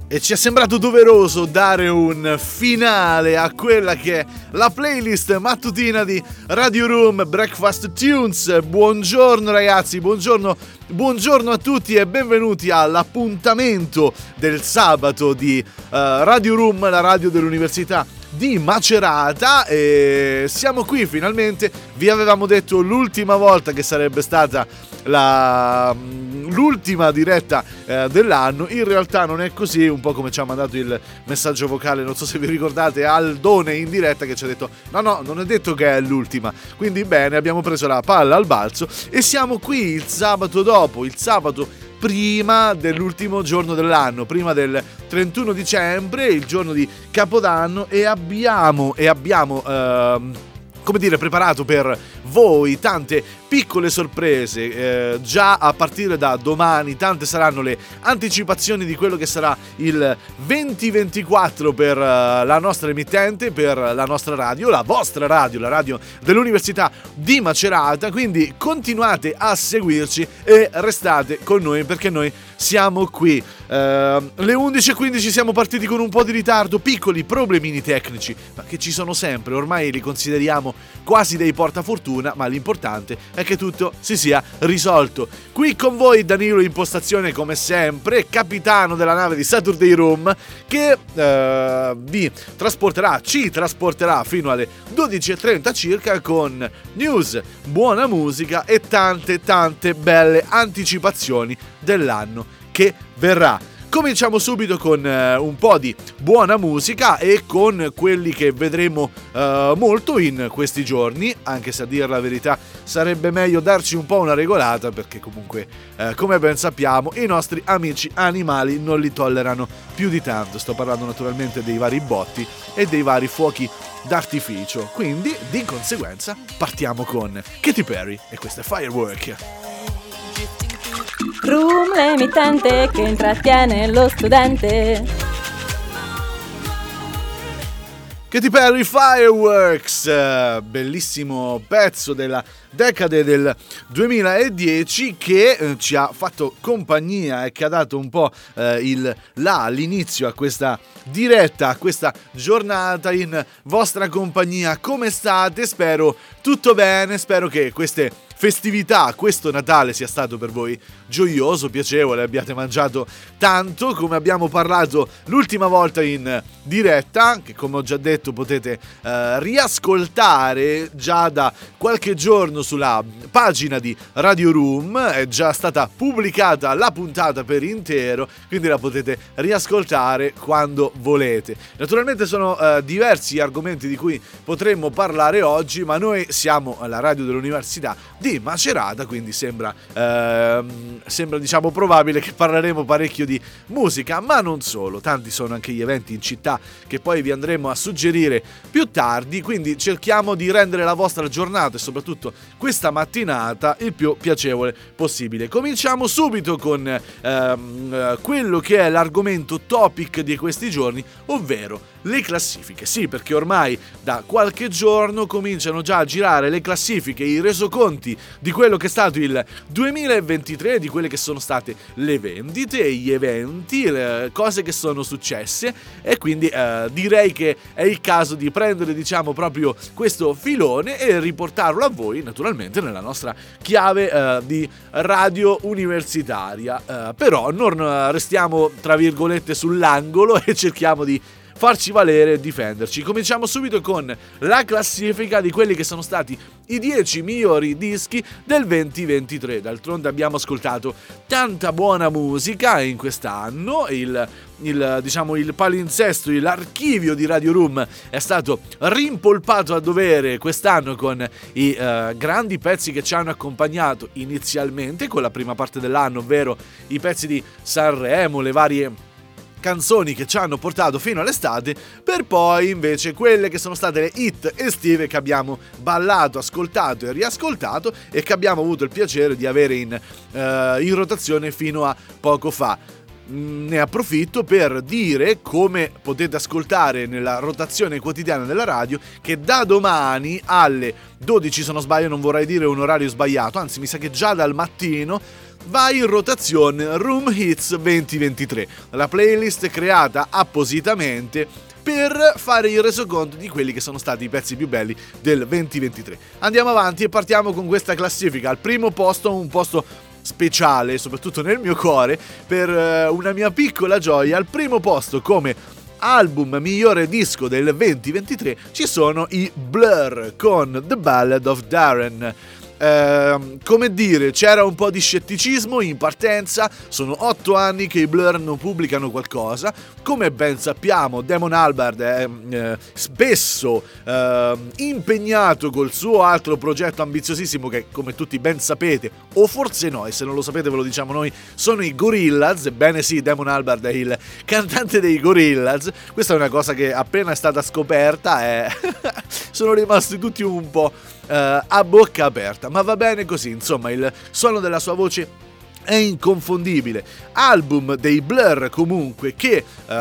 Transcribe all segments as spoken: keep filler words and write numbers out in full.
E ci è sembrato doveroso dare un finale a quella che è la playlist mattutina di Radio Room Breakfast Tunes. Buongiorno ragazzi, buongiorno, buongiorno a tutti e benvenuti all'appuntamento del sabato di uh, Radio Room, la radio dell'Università di Macerata. E siamo qui finalmente. Vi avevamo detto l'ultima volta che sarebbe stata la l'ultima diretta eh, dell'anno. In realtà non è così, un po' come ci ha mandato il messaggio vocale, non so se vi ricordate, Aldone in diretta, che ci ha detto no no non è detto che è l'ultima. Quindi bene, abbiamo preso la palla al balzo e siamo qui il sabato dopo, il sabato prima dell'ultimo giorno dell'anno, prima del trentuno dicembre, il giorno di Capodanno, e abbiamo e abbiamo ehm, come dire, preparato per voi tante piccole sorprese. Eh, già a partire da domani tante saranno le anticipazioni di quello che sarà il venti ventiquattro per uh, la nostra emittente, per la nostra radio, la vostra radio, la radio dell'Università di Macerata. Quindi continuate a seguirci e restate con noi, perché noi siamo qui. Uh, le undici e quindici siamo partiti con un po' di ritardo, piccoli problemini tecnici, ma che ci sono sempre, ormai li consideriamo quasi dei portafortuna, ma l'importante è che tutto si sia risolto. Qui con voi Danilo in postazione come sempre, capitano della nave di Saturday Room, che uh, vi trasporterà, ci trasporterà fino alle dodici e trenta circa con news, buona musica e tante tante belle anticipazioni dell'anno che verrà. Cominciamo subito con uh, un po' di buona musica e con quelli che vedremo uh, molto in questi giorni, anche se a dire la verità sarebbe meglio darci un po' una regolata, perché comunque uh, come ben sappiamo i nostri amici animali non li tollerano più di tanto. Sto parlando naturalmente dei vari botti e dei vari fuochi d'artificio, quindi di conseguenza partiamo con Katy Perry e queste Firework. Room, l'emittente che intrattiene lo studente. Katy Perry, Fireworks, bellissimo pezzo della decade del duemiladieci che eh, ci ha fatto compagnia e che ha dato un po' eh, il là, l'inizio a questa diretta, a questa giornata in vostra compagnia. Come state? Spero tutto bene, spero che queste festività, questo Natale sia stato per voi gioioso, piacevole, abbiate mangiato tanto, come abbiamo parlato l'ultima volta in diretta, che come ho già detto potete eh, riascoltare già da qualche giorno sulla pagina di Radio Room. È già stata pubblicata la puntata per intero, quindi la potete riascoltare quando volete. Naturalmente sono eh, diversi argomenti di cui potremmo parlare oggi, ma noi siamo alla radio dell'Università di Macerata, quindi sembra ehm, sembra diciamo probabile che parleremo parecchio di musica, ma non solo, tanti sono anche gli eventi in città che poi vi andremo a suggerire più tardi, quindi cerchiamo di rendere la vostra giornata e soprattutto questa mattinata il più piacevole possibile. Cominciamo subito con ehm, quello che è l'argomento topic di questi giorni, ovvero le classifiche. Sì, perché ormai da qualche giorno cominciano già a girare le classifiche, i resoconti di quello che è stato il duemilaventitré, di quelle che sono state le vendite, gli eventi, le cose che sono successe, e quindi eh, direi che è il caso di prendere diciamo proprio questo filone e riportarlo a voi, naturalmente nella nostra chiave eh, di radio universitaria. Eh, però non restiamo tra virgolette sull'angolo e cerchiamo di farci valere e difenderci. Cominciamo subito con la classifica di quelli che sono stati i dieci migliori dischi del duemilaventitré. D'altronde abbiamo ascoltato tanta buona musica in quest'anno. Il, il, diciamo, il palinsesto, l'archivio di Radio Room è stato rimpolpato a dovere quest'anno con i uh, grandi pezzi che ci hanno accompagnato inizialmente con la prima parte dell'anno, ovvero i pezzi di Sanremo, le varie canzoni che ci hanno portato fino all'estate, per poi invece quelle che sono state le hit estive che abbiamo ballato, ascoltato e riascoltato e che abbiamo avuto il piacere di avere in, uh, in rotazione fino a poco fa. Ne approfitto per dire, come potete ascoltare nella rotazione quotidiana della radio, che da domani alle dodici, se non sbaglio, non vorrei dire un orario sbagliato, anzi mi sa che già dal mattino va in rotazione Room Hits duemilaventitré, la playlist creata appositamente per fare il resoconto di quelli che sono stati i pezzi più belli del duemilaventitré. Andiamo avanti e partiamo con questa classifica. Al primo posto, un posto speciale, soprattutto nel mio cuore, per una mia piccola gioia. Al primo posto, come album migliore disco del duemilaventitré, ci sono i Blur con The Ballad of Darren. Eh, come dire, c'era un po' di scetticismo in partenza, sono otto anni che i Blur non pubblicano qualcosa, come ben sappiamo Damon Albarn è eh, spesso eh, impegnato col suo altro progetto ambiziosissimo che, come tutti ben sapete, o forse no, e se non lo sapete ve lo diciamo noi, sono i Gorillaz. Ebbene sì, Damon Albarn è il cantante dei Gorillaz. Questa è una cosa che appena è stata scoperta e sono rimasti tutti un po' Uh, a bocca aperta, ma va bene così. Insomma, il suono della sua voce è inconfondibile. Album dei Blur comunque che uh,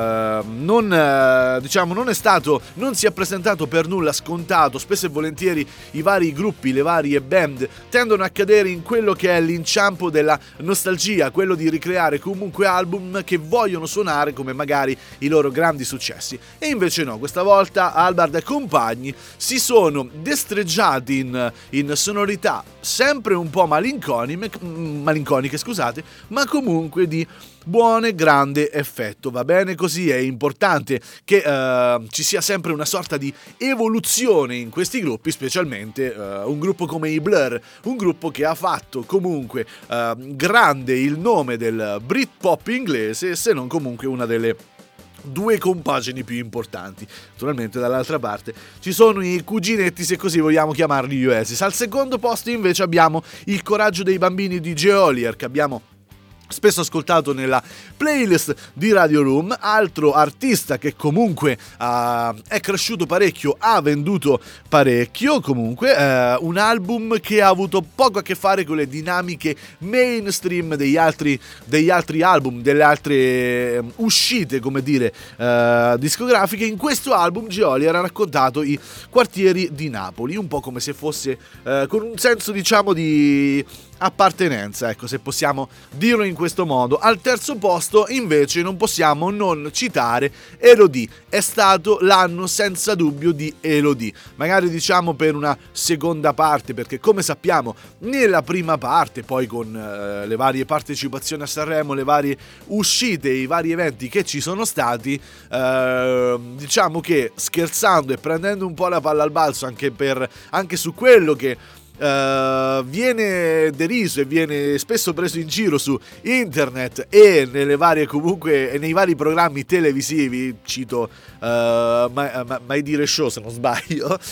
non uh, diciamo non è stato non si è presentato per nulla scontato. Spesso e volentieri i vari gruppi, le varie band tendono a cadere in quello che è l'inciampo della nostalgia, quello di ricreare comunque album che vogliono suonare come magari i loro grandi successi, e invece no, questa volta Albarn e compagni si sono destreggiati in, in sonorità sempre un po' malinconiche, malinconiche scusate, ma comunque di buono e grande effetto. Va bene così, è importante che uh, ci sia sempre una sorta di evoluzione in questi gruppi, specialmente uh, un gruppo come i Blur, un gruppo che ha fatto comunque uh, grande il nome del Britpop inglese, se non comunque una delle due compagini più importanti. Naturalmente dall'altra parte ci sono i cuginetti, se così vogliamo chiamarli, gli Oasis. Al secondo posto invece abbiamo Il coraggio dei bambini di Geolier, che abbiamo spesso ascoltato nella playlist di Radio Room, altro artista che comunque uh, è cresciuto parecchio, ha venduto parecchio, comunque uh, un album che ha avuto poco a che fare con le dinamiche mainstream degli altri, degli altri album, delle altre um, uscite, come dire, uh, discografiche. In questo album Geolier ha raccontato i quartieri di Napoli, un po' come se fosse uh, con un senso, diciamo, di appartenenza, ecco, se possiamo dirlo in questo modo. Al terzo posto invece non possiamo non citare Elodie. È stato l'anno senza dubbio di Elodie, magari diciamo per una seconda parte, perché come sappiamo nella prima parte, poi con eh, le varie partecipazioni a Sanremo, le varie uscite, i vari eventi che ci sono stati, eh, diciamo che scherzando e prendendo un po' la palla al balzo anche per anche su quello che Uh, viene deriso e viene spesso preso in giro su internet e nelle varie comunque nei vari programmi televisivi, cito uh, mai, mai dire show se non sbaglio, uh,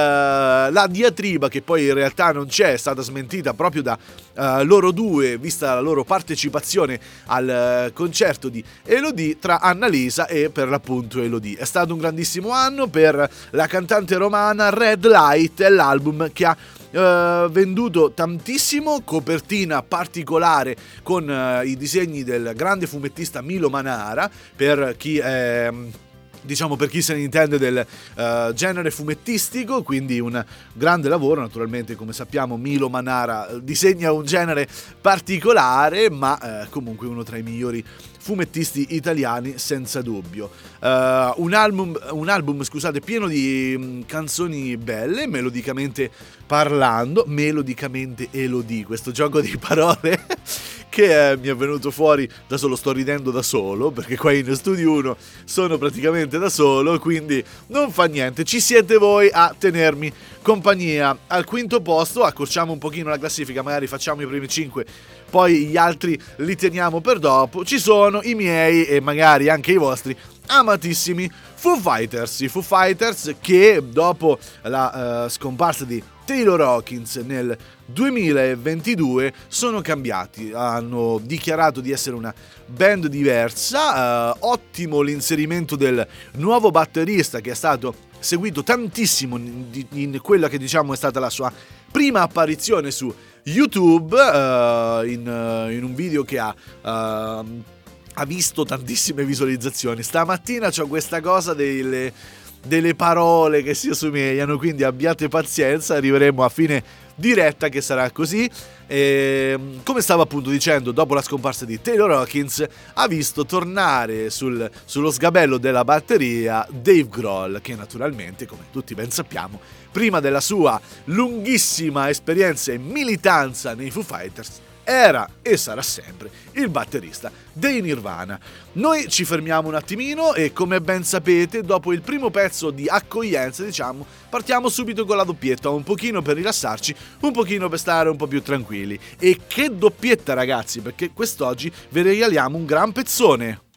la diatriba che poi in realtà non c'è, è stata smentita proprio da uh, loro due, vista la loro partecipazione al uh, concerto di Elodie, tra Annalisa e per l'appunto Elodie. È stato un grandissimo anno per la cantante romana. Red Light è l'album che ha Uh, venduto tantissimo, copertina particolare con uh, i disegni del grande fumettista Milo Manara, per chi è, diciamo, per chi se ne intende del uh, genere fumettistico, quindi un grande lavoro. Naturalmente, come sappiamo, Milo Manara disegna un genere particolare, ma uh, comunque uno tra i migliori fumettisti italiani senza dubbio. Uh, un album, un album scusate, pieno di um, canzoni belle, melodicamente parlando, melodicamente Elodie, questo gioco di parole che eh, mi è venuto fuori da solo, sto ridendo da solo perché qua in Studio uno sono praticamente da solo, quindi non fa niente, ci siete voi a tenermi compagnia. Al quinto posto, accorciamo un pochino la classifica, magari facciamo i primi cinque, poi gli altri li teniamo per dopo, ci sono i miei e magari anche i vostri amatissimi Foo Fighters, i Foo Fighters che dopo la uh, scomparsa di Taylor Hawkins nel duemilaventidue sono cambiati, hanno dichiarato di essere una band diversa. Uh, ottimo l'inserimento del nuovo batterista, che è stato seguito tantissimo in, in quella che diciamo è stata la sua prima apparizione su YouTube, uh, in, uh, in un video che ha uh, ha visto tantissime visualizzazioni. Stamattina c'ho questa cosa delle delle parole che si assomigliano, quindi abbiate pazienza, arriveremo a fine diretta che sarà così. E, come stavo appunto dicendo, dopo la scomparsa di Taylor Hawkins, ha visto tornare sul, sullo sgabello della batteria Dave Grohl, che naturalmente, come tutti ben sappiamo, prima della sua lunghissima esperienza e militanza nei Foo Fighters, era e sarà sempre il batterista dei Nirvana. Noi ci fermiamo un attimino e, come ben sapete, dopo il primo pezzo di accoglienza, diciamo, partiamo subito con la doppietta, un pochino per rilassarci, un pochino per stare un po' più tranquilli. E che doppietta, ragazzi, perché quest'oggi vi regaliamo un gran pezzone.